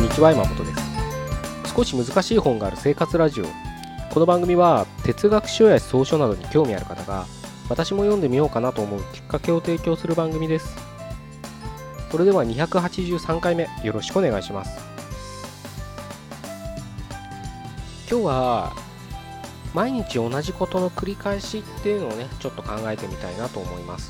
にちは、山本です。少し難しい本がある生活ラジオ。この番組は哲学書や草書などに興味ある方が、私も読んでみようかなと思うきっかけを提供する番組です。それでは283回目、よろしくお願いします。今日は毎日同じことの繰り返しっていうのをね、ちょっと考えてみたいなと思います。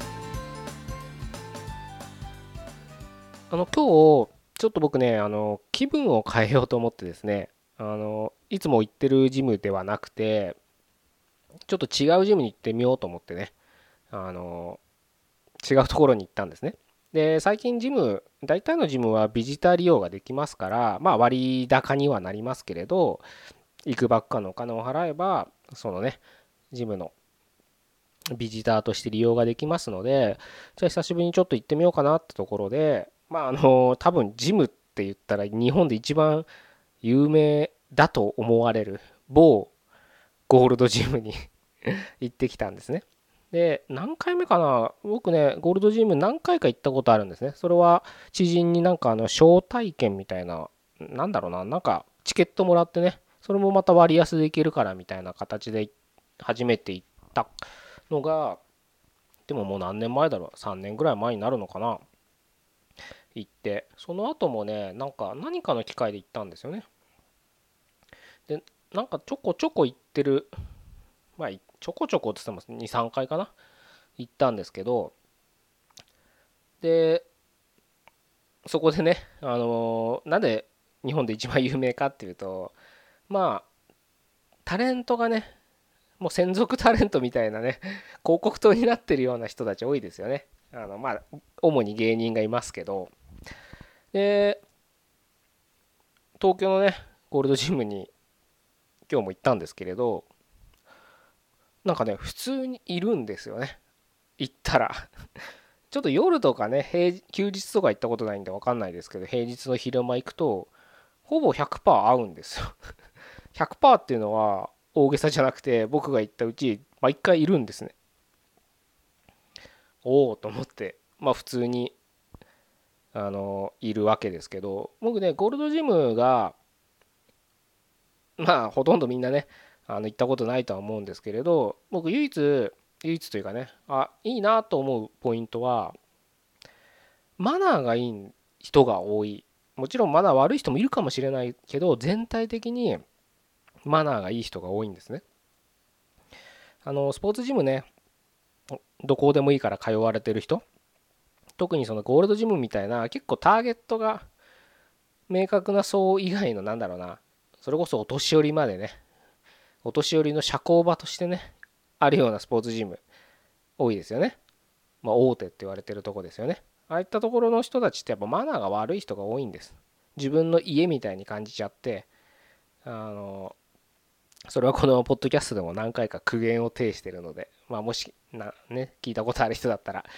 今日ちょっと僕ね、気分を変えようと思ってですね、いつも行ってるジムではなくて、ちょっと違うジムに行ってみようと思ってね、あの、違うところに行ったんですね。で、最近大体のジムはビジター利用ができますから、まあ割高にはなりますけれど、行くばっかのお金を払えば、そのね、ジムのビジターとして利用ができますので、じゃあ久しぶりにちょっと行ってみようかなってところで、まあ多分ジムって言ったら日本で一番有名だと思われる某ゴールドジムに行ってきたんですね。で、何回目かな、僕ね、ゴールドジム何回か行ったことあるんですね。それは知人になんか招待券みたいな、なんだろうな、なんかチケットもらってね、それもまた割安で行けるからみたいな形で初めて行ったのが、でももう何年前だろう、3年ぐらい前になるのかな、行って、その後もね、なんか何かの機会で行ったんですよね。で、なんかちょこちょこ行ってる、まあちょこちょこって言っても2、3回かな、行ったんですけど、で、そこでね、なんで日本で一番有名かっていうと、まあ、タレントがね、もう専属タレントみたいなね、広告塔になってるような人たち多いですよね。まあ、主に芸人がいますけど、で、東京のね、ゴールドジムに今日も行ったんですけれど、なんかね、普通にいるんですよね。行ったら。ちょっと夜とかね、休日とか行ったことないんで分かんないですけど、平日の昼間行くと、ほぼ100%合うんですよ。100%っていうのは大げさじゃなくて、僕が行ったうち毎回いるんですね。おおと思って、まあ普通にいるわけですけど、僕ね、ゴールドジムがまあほとんどみんなね、行ったことないとは思うんですけれど、僕唯一というかね、いいなと思うポイントは、マナーがいい人が多い。もちろんマナー悪い人もいるかもしれないけど、全体的にマナーがいい人が多いんですね。スポーツジムね、どこでもいいから通われてる人、特にそのゴールドジムみたいな結構ターゲットが明確な層以外の、なんだろうな、それこそお年寄りまでね、お年寄りの社交場としてね、あるようなスポーツジム多いですよね。まあ大手って言われてるとこですよね。ああいったところの人たちってやっぱマナーが悪い人が多いんです。自分の家みたいに感じちゃって、あのそれはこのポッドキャストでも何回か苦言を呈してるので、まあ、もしね、聞いたことある人だったら、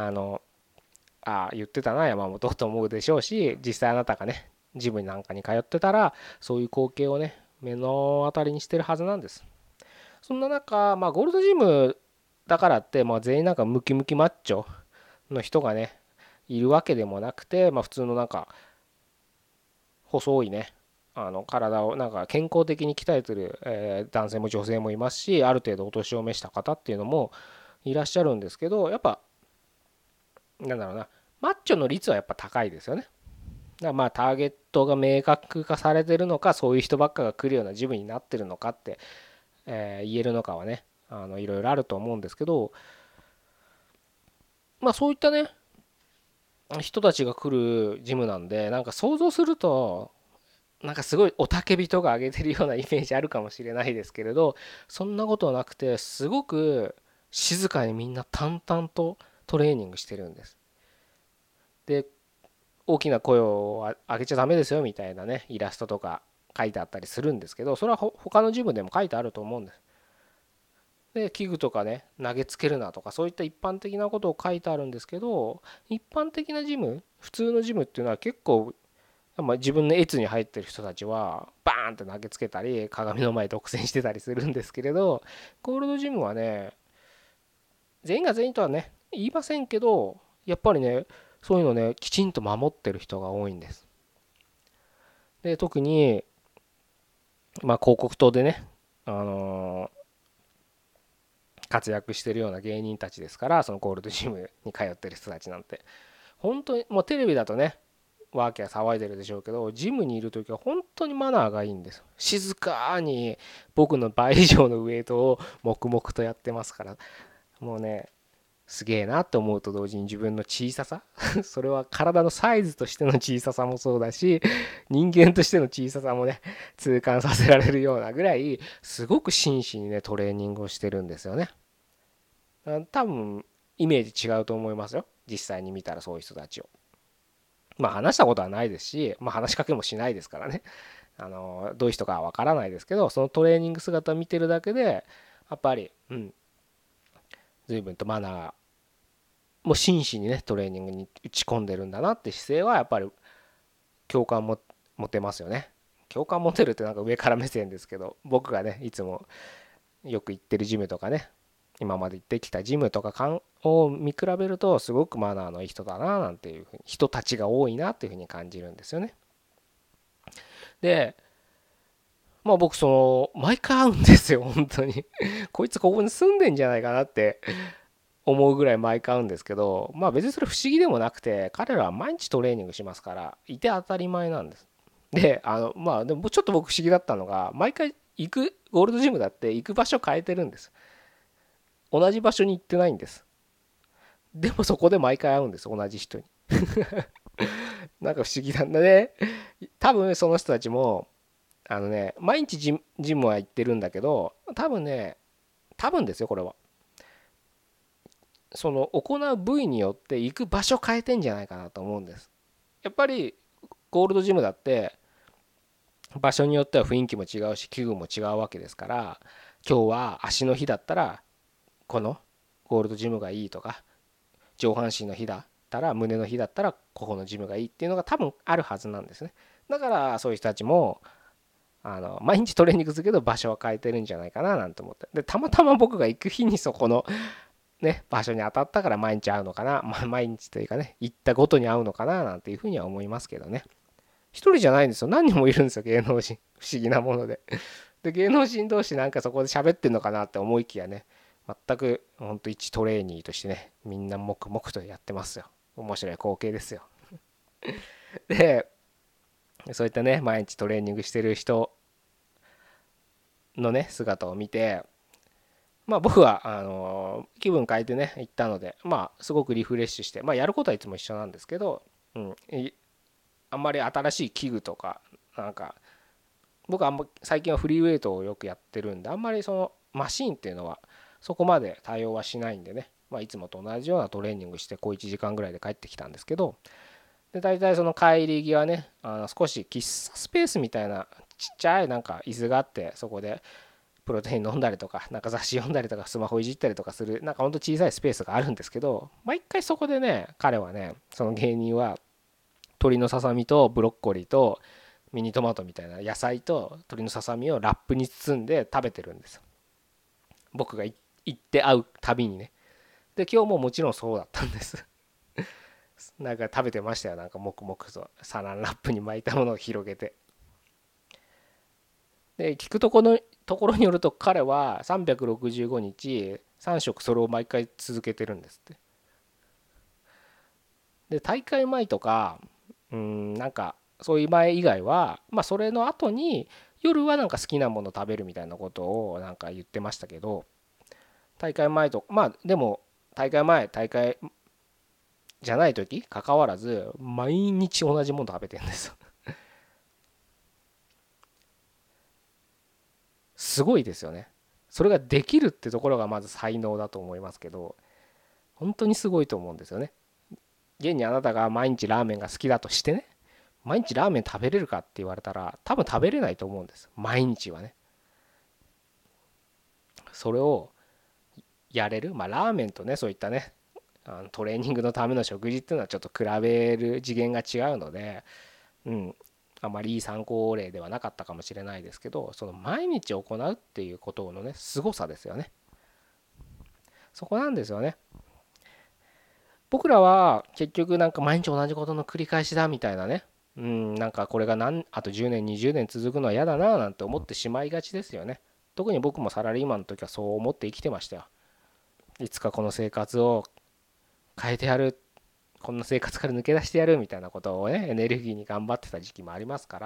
言ってたな山本と思うでしょうし、実際あなたがね、ジムなんかに通ってたら、そういう光景をね、目の当たりにしてるはずなんです。そんな中、まあ、ゴールドジムだからって、まあ、全員なんかムキムキマッチョの人がね、いるわけでもなくて、まあ、普通のなんか、細いね、体をなんか健康的に鍛えてる、男性も女性もいますし、ある程度お年を召した方っていうのもいらっしゃるんですけど、やっぱなんだろうな、マッチョの率はやっぱ高いですよね。だからまあターゲットが明確化されてるのか、そういう人ばっかが来るようなジムになってるのかって、言えるのかはね、いろいろあると思うんですけど、まあそういったね、人たちが来るジムなんで、なんか想像すると、なんかすごい雄たけびとか上げてるようなイメージあるかもしれないですけれど、そんなことはなくて、すごく静かにみんな淡々とトレーニングしてるんです。で、大きな声を上げちゃダメですよみたいなね、イラストとか書いてあったりするんですけど、それは他のジムでも書いてあると思うんです。で、器具とかね、投げつけるなとか、そういった一般的なことを書いてあるんですけど、一般的なジム、普通のジムっていうのは結構、自分の列に入ってる人たちはバーンって投げつけたり鏡の前独占してたりするんですけれど、ゴールドジムはね、全員が全員とはね言いませんけど、やっぱりね、そういうのねきちんと守ってる人が多いんです。 で特に広告塔でね、あの活躍してるような芸人たちですから、そのゴールドジムに通ってる人たちなんて本当にもうテレビだとねワーキャー騒いでるでしょうけど、ジムにいる時は本当にマナーがいいんです。静かに僕の倍以上のウエイトを黙々とやってますから、もうね、すげえなと思うと同時に自分の小ささそれは体のサイズとしての小ささもそうだし、人間としての小ささもね痛感させられるようなぐらいすごく真摯にねトレーニングをしてるんですよね。多分イメージ違うと思いますよ、実際に見たらそういう人たちを。話したことはないですし、話しかけもしないですからね、どういう人かはわからないですけど、そのトレーニング姿を見てるだけでやっぱり随分とマナーもう真摯にねトレーニングに打ち込んでるんだなって姿勢はやっぱり共感も持てますよね。共感持てるってなんか上から目線ですけど、僕がねいつもよく行ってるジムとかね、今まで行ってきたジムとかを見比べるとすごくマナーのいい人だななんていうふうに、人たちが多いなっていうふうに感じるんですよね。で僕その毎回会うんですよ本当にこいつここに住んでんじゃないかなって思うぐらい毎回会うんですけど、別にそれ不思議でもなくて、彼らは毎日トレーニングしますからいて当たり前なんです。ででもちょっと僕不思議だったのが、毎回行くゴールドジムだって行く場所変えてるんです。同じ場所に行ってないんです。でもそこで毎回会うんです、同じ人に。なんか不思議なんだね。多分その人たちも毎日ジムは行ってるんだけど、多分ですよこれは、その行う部位によって行く場所変えてんじゃないかなと思うんです。やっぱりゴールドジムだって場所によっては雰囲気も違うし器具も違うわけですから、今日は足の日だったらこのゴールドジムがいいとか、上半身の日だったら胸の日だったらここのジムがいいっていうのが多分あるはずなんですね。だからそういう人たちも毎日トレーニングするけど場所は変えてるんじゃないかななんて思って、でたまたま僕が行く日にそこのね場所に当たったから毎日会うのかな、毎日というかね行ったごとに会うのかななんていうふうには思いますけどね。一人じゃないんですよ、何人もいるんですよ芸能人、不思議なもので。で芸能人同士なんかそこで喋ってんのかなって思いきやね、全くほんと一トレーニーとしてねみんな黙々とやってますよ。面白い光景ですよ。でそういったね毎日トレーニングしてる人のね姿を見て、僕は気分変えてね行ったので、すごくリフレッシュして、やることはいつも一緒なんですけど、あんまり新しい器具とかなんか、僕は最近はフリーウェイトをよくやってるんで、あんまりそのマシーンっていうのはそこまで対応はしないんでね、いつもと同じようなトレーニングして小1時間ぐらいで帰ってきたんですけど、で大体その帰り際ね少し喫茶スペースみたいなちっちゃいなんか椅子があって、そこでプロテイン飲んだりとか、なんか雑誌読んだりとかスマホいじったりとかする、なんかほんと小さいスペースがあるんですけど、毎回そこでね彼はね、その芸人は鶏のささみとブロッコリーとミニトマトみたいな野菜と鶏のささみをラップに包んで食べてるんですよ、僕が行って会うたびにね。で今日ももちろんそうだったんです。なんか食べてましたよ、なんか黙々とサランラップに巻いたものを広げて。で聞くところによると、彼は365日3食それを毎回続けてるんですって。で大会前とかなんかそういう前以外はそれの後に夜はなんか好きなもの食べるみたいなことをなんか言ってましたけど、大会前とでも大会前大会じゃない時かかわらず毎日同じもの食べてるんですよ。すごいですよね。それができるってところがまず才能だと思いますけど、本当にすごいと思うんですよね。現にあなたが毎日ラーメンが好きだとしてね、毎日ラーメン食べれるかって言われたら多分食べれないと思うんです、毎日はね。それをやれる、ラーメンとねそういったねトレーニングのための食事っていうのはちょっと比べる次元が違うので、あまりいい参考例ではなかったかもしれないですけど、その毎日行うっていうことのね凄さですよね。そこなんですよね。僕らは結局なんか毎日同じことの繰り返しだみたいなね、 なんかこれがあと10年20年続くのは嫌だななんて思ってしまいがちですよね。特に僕もサラリーマンの時はそう思って生きてましたよ。いつかこの生活を変えてやる、こんな生活から抜け出してやるみたいなことをね、エネルギーに頑張ってた時期もありますから、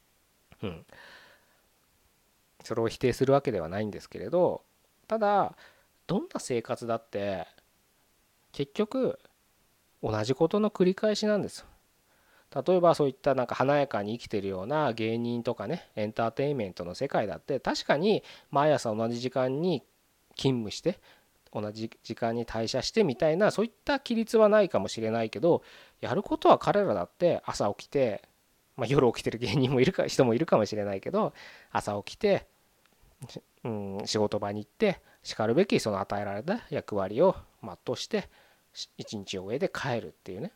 それを否定するわけではないんですけれど、ただどんな生活だって結局同じことの繰り返しなんですよ。例えばそういったなんか華やかに生きてるような芸人とかね、エンターテインメントの世界だって確かに毎朝同じ時間に勤務して同じ時間に退社してみたいな、そういった規律はないかもしれないけど、やることは彼らだって朝起きて、夜起きてる芸人もいるか人もいるかもしれないけど、朝起きて、仕事場に行ってしかるべきその与えられた役割を全うして一日を終えて帰るっていうね。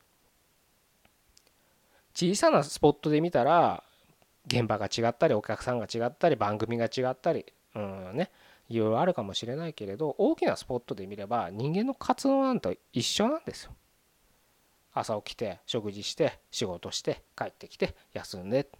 小さなスポットで見たら現場が違ったりお客さんが違ったり番組が違ったりいろいろあるかもしれないけれど、大きなスポットで見れば人間の活動なんて一緒なんですよ。朝起きて食事して仕事して帰ってきて休んで、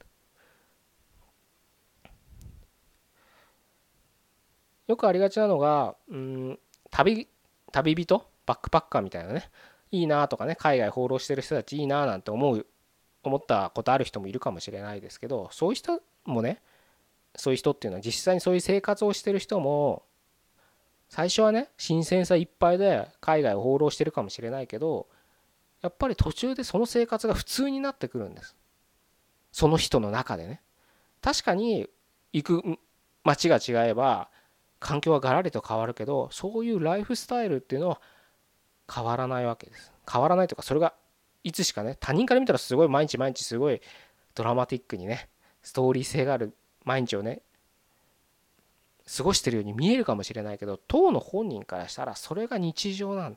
よくありがちなのが旅人バックパッカーみたいなね、いいなとかね、海外放浪してる人たちいいななんて思ったことある人もいるかもしれないですけど、そういう人もね、そういう人っていうのは実際にそういう生活をしてる人も最初はね新鮮さいっぱいで海外を放浪してるかもしれないけど、やっぱり途中でその生活が普通になってくるんです。その人の中でね。確かに行く街が違えば環境はガラリと変わるけど、そういうライフスタイルっていうのは変わらないわけです。変わらないというか、それがいつしかね、他人から見たらすごい毎日毎日すごいドラマティックにね、ストーリー性がある毎日をね過ごしてるように見えるかもしれないけど、当の本人からしたらそれが日常なんです。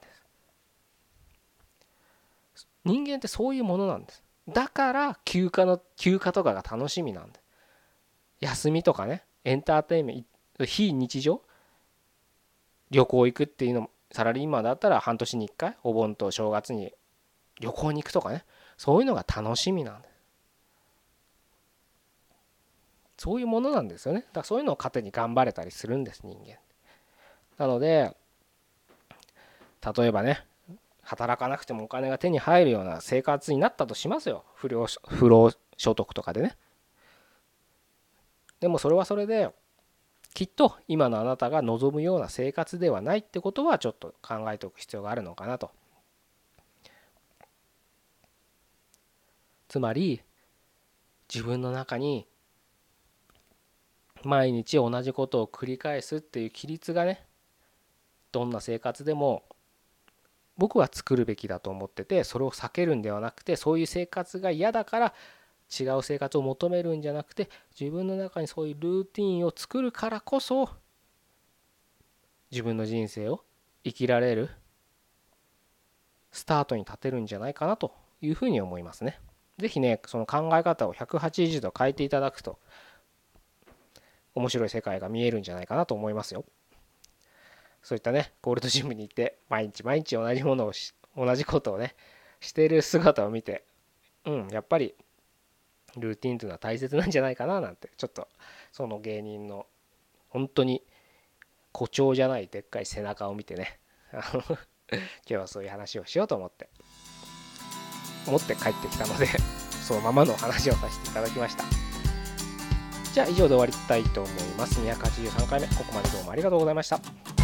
人間ってそういうものなんです。だから休暇とかが楽しみなんです。休みとかね、エンターテインメント、非日常、旅行行くっていうのも、サラリーマンだったら半年に1回お盆と正月に旅行に行くとかね、そういうのが楽しみなんです。そういうものなんですよね。だからそういうのを糧に頑張れたりするんです、人間。なので例えばね、働かなくてもお金が手に入るような生活になったとしますよ。不労所得とかでね。でもそれはそれできっと今のあなたが望むような生活ではないってことはちょっと考えておく必要があるのかなと。つまり自分の中に毎日同じことを繰り返すっていう規律がね、どんな生活でも僕は作るべきだと思ってて、それを避けるんではなくて、そういう生活が嫌だから違う生活を求めるんじゃなくて、自分の中にそういうルーティンを作るからこそ自分の人生を生きられるスタートに立てるんじゃないかなというふうに思いますね。ぜひね、その考え方を180度変えていただくと面白い世界が見えるんじゃないかなと思いますよ。そういったね、ゴールドジムに行って毎日毎日同じものを同じことをねしている姿を見て、やっぱりルーティンというのは大切なんじゃないかななんて、ちょっとその芸人の本当に誇張じゃないでっかい背中を見てね今日はそういう話をしようと思って帰ってきたのでそのままの話をさせていただきました。じゃあ以上で終わりたいと思います。283回目、ここまでどうもありがとうございました。